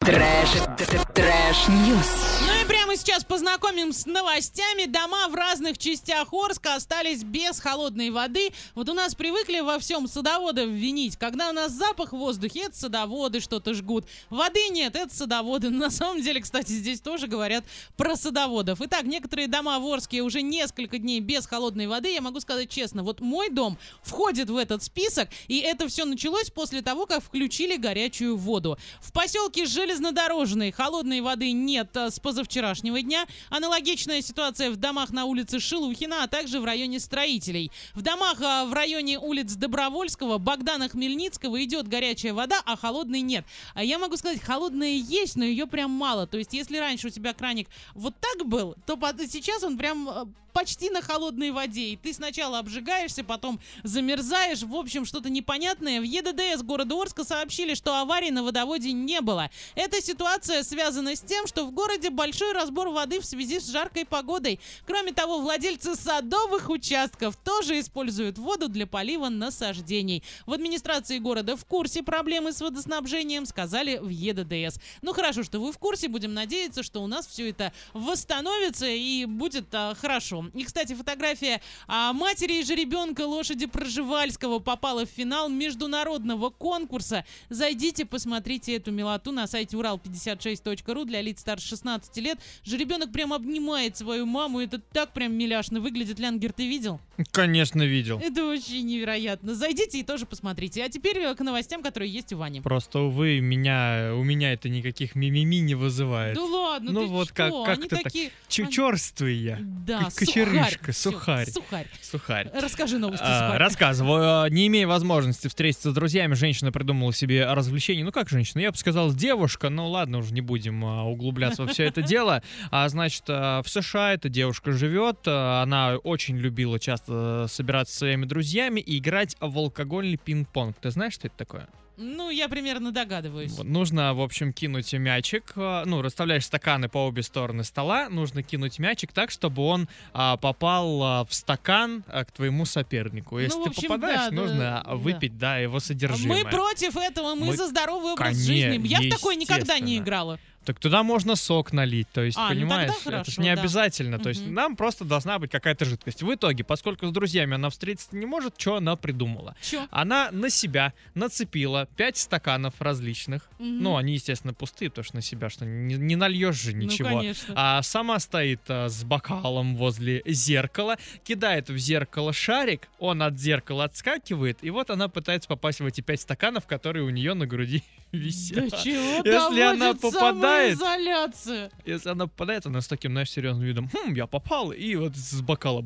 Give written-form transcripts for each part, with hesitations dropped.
Трэш-ньюс. Ну и прямо сейчас познакомим с новостями. Дома в разных частях Орска остались без холодной воды. Вот у нас привыкли во всем садоводов винить. Когда у нас запах в воздухе, это садоводы что-то жгут. Воды нет, это садоводы. Но на самом деле, кстати, здесь тоже говорят про садоводов. Итак, некоторые дома в Орске уже несколько дней без холодной воды. Я могу сказать честно, вот мой дом входит в этот список. И это все началось после того, как включили горячую воду. В поселке Железнодорожный холодной воды нет с позавчерашнего дня. Аналогичная ситуация в домах на улице Шелухина, а также в районе Строителей. В домах в районе улиц Добровольского, Богдана Хмельницкого идет горячая вода, а холодной нет. А я могу сказать, холодная есть, но ее прям мало. То есть, если раньше у тебя краник вот так был, то сейчас он прям почти на холодной воде. И ты сначала обжигаешься, потом замерзаешь. В общем, что-то непонятное. В ЕДДС города Орска сообщили, что аварий на водоводе не было. Эта ситуация связана с тем, что в городе большой разбор воды в связи с жаркой погодой. Кроме того, владельцы садовых участков тоже используют воду для полива насаждений. В администрации города в курсе проблемы с водоснабжением, сказали в ЕДДС. Ну хорошо, что вы в курсе. Будем надеяться, что у нас все это восстановится и будет хорошо. И, кстати, фотография матери и жеребенка лошади Пржевальского попала в финал международного конкурса. Зайдите, посмотрите эту милоту на сайте урал56.ру для лиц старше 16 лет. Жеребенок прям обнимает свою маму. Это так прям миляшно выглядит. Лянгер, ты видел? Конечно, видел. Это очень невероятно. Зайдите и тоже посмотрите. А теперь к новостям, которые есть у Вани. Просто, увы, у меня это никаких мимими не вызывает. Да ладно, ну ты вот что? как Они ты такие... Чёрствый я. Да, Кочерышка, сухарь. Сухарь. Расскажи новости, сухарь. Рассказываю. Не имея возможности встретиться с друзьями, женщина придумала себе развлечение. Ну как женщина? Я бы сказал, девушка. Ну ладно, уже не будем углубляться во все это дело. Значит, в США эта девушка живет. Она очень любила часто собираться со своими друзьями и играть в алкогольный пинг-понг. Ты знаешь, что это такое? Ну, я примерно догадываюсь. Вот, нужно, в общем, кинуть мячик. Расставляешь стаканы по обе стороны стола. Нужно кинуть мячик так, чтобы он попал в стакан к твоему сопернику. Если в ты общем, попадаешь, да, нужно выпить, его содержимое. Мы против этого, мы за здоровый образ жизни. Я в такой никогда не играла. Так туда можно сок налить, то есть, понимаешь, ну это же не обязательно, то есть нам просто должна быть какая-то жидкость. В итоге, поскольку с друзьями она встретиться не может, что она придумала? Чё? Она на себя нацепила 5 стаканов различных, ну, они, естественно, пустые, потому что на себя что не нальешь же ничего. Ну, конечно. А сама стоит с бокалом возле зеркала, кидает в зеркало шарик, он от зеркала отскакивает, и вот она пытается попасть в эти 5 стаканов, которые у нее на груди висят. Да чего Если она попадает, самоизоляция? Если она попадает, она с таким, знаешь, серьезным видом, я попал, и вот с бокала.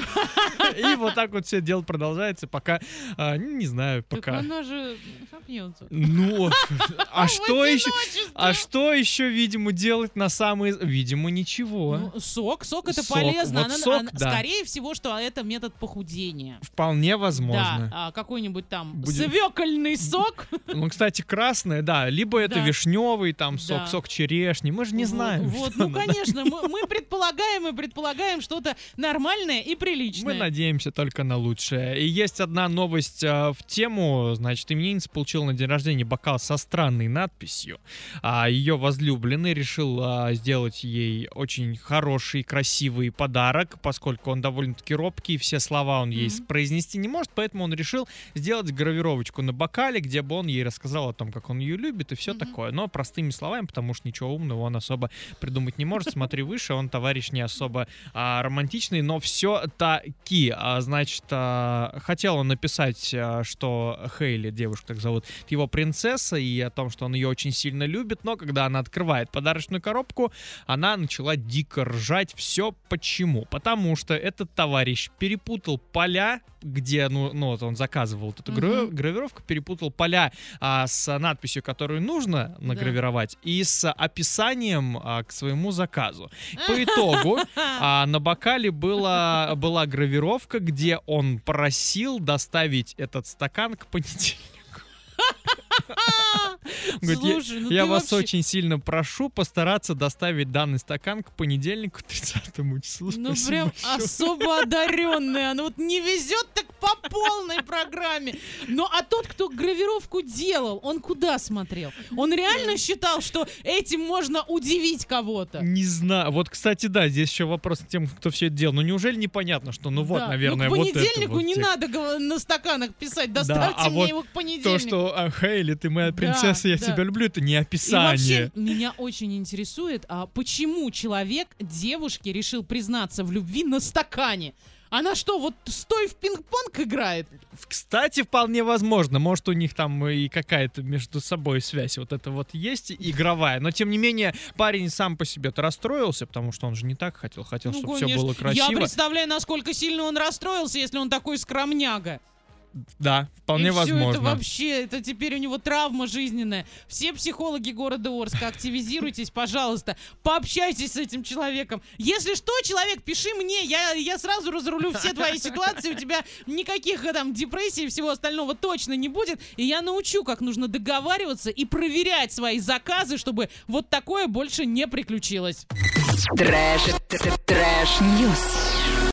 И вот так вот все дело продолжается, пока, не знаю, пока... Так она же шапнется. Ну, а что еще, видимо, делать на самый... Видимо, ничего. Ну, сок это полезно. Вот скорее всего, что это метод похудения. Вполне возможно. Да, какой-нибудь там свекольный сок. Ну, кстати, красное, да, либо это вишневый, там, сок черешни, мы же не знаем. Вот, ну, конечно, мы предполагаем что-то нормальное и приличное. Мы надеемся только на лучшее. И есть одна новость в тему, значит, именинница получила на день рождения бокал со странной надписью. Ее возлюбленный решил сделать ей очень хороший, красивый подарок, поскольку он довольно-таки робкий, все слова он ей произнести не может, поэтому он решил сделать гравировочку на бокале, где бы он ей рассказал о том, как он ее любит и все такое. Но простыми словами, потому что ничего умного он особо придумать не может. Смотри выше, он товарищ не особо романтичный, но все-таки, значит, хотел он написать, что Хейли, девушку так зовут, его принцесса, и о том, что он ее очень сильно любит, но когда она открывает подарочную коробку, она начала дико ржать. Все почему? Потому что этот товарищ перепутал поля, где, вот он заказывал вот эту гравировку, перепутал поля с надписью, которую нужно награвировать, и с описанием к своему заказу. По итогу на бокале была гравировка, где он просил доставить этот стакан к понедельнику. Говорит, Слушай, ну я ты вас вообще... очень сильно прошу постараться доставить данный стакан к понедельнику, 30 числу. Ну Спасибо прям большое. особо одаренная. Она вот не везет так по полной программе. Ну а тот, кто гравировку делал, он куда смотрел? Он реально считал, что этим можно удивить кого-то? Не знаю. Вот, кстати, да, здесь еще вопрос к тем, кто все это делал. Ну неужели непонятно, что, ну вот, Да. наверное, ну, к вот это понедельнику вот не тех- надо на стаканах писать, доставьте а мне вот его к То, понедельнику. что Хейли, ты моя принцесса, я да. тебя люблю, это не И описание. вообще, меня очень интересует, почему человек девушке решил признаться в любви на стакане? Она что, вот стой в пинг-понг играет? Кстати, вполне возможно. Может, у них там и какая-то между собой связь вот это вот есть, игровая. Но, тем не менее, парень сам по себе-то расстроился, потому что он же не так хотел. Хотел, Ну, чтобы все конечно. было красиво. Я представляю, насколько сильно он расстроился, если он такой скромняга. Да, вполне И всё возможно. это вообще, это теперь у него травма жизненная. Все психологи города Орска, активизируйтесь, пожалуйста, пообщайтесь с этим человеком. Если что, человек, пиши мне, я сразу разрулю все твои ситуации, у тебя никаких там депрессий и всего остального точно не будет, и я научу, как нужно договариваться и проверять свои заказы, чтобы вот такое больше не приключилось. Трэш, трэш, ньюс.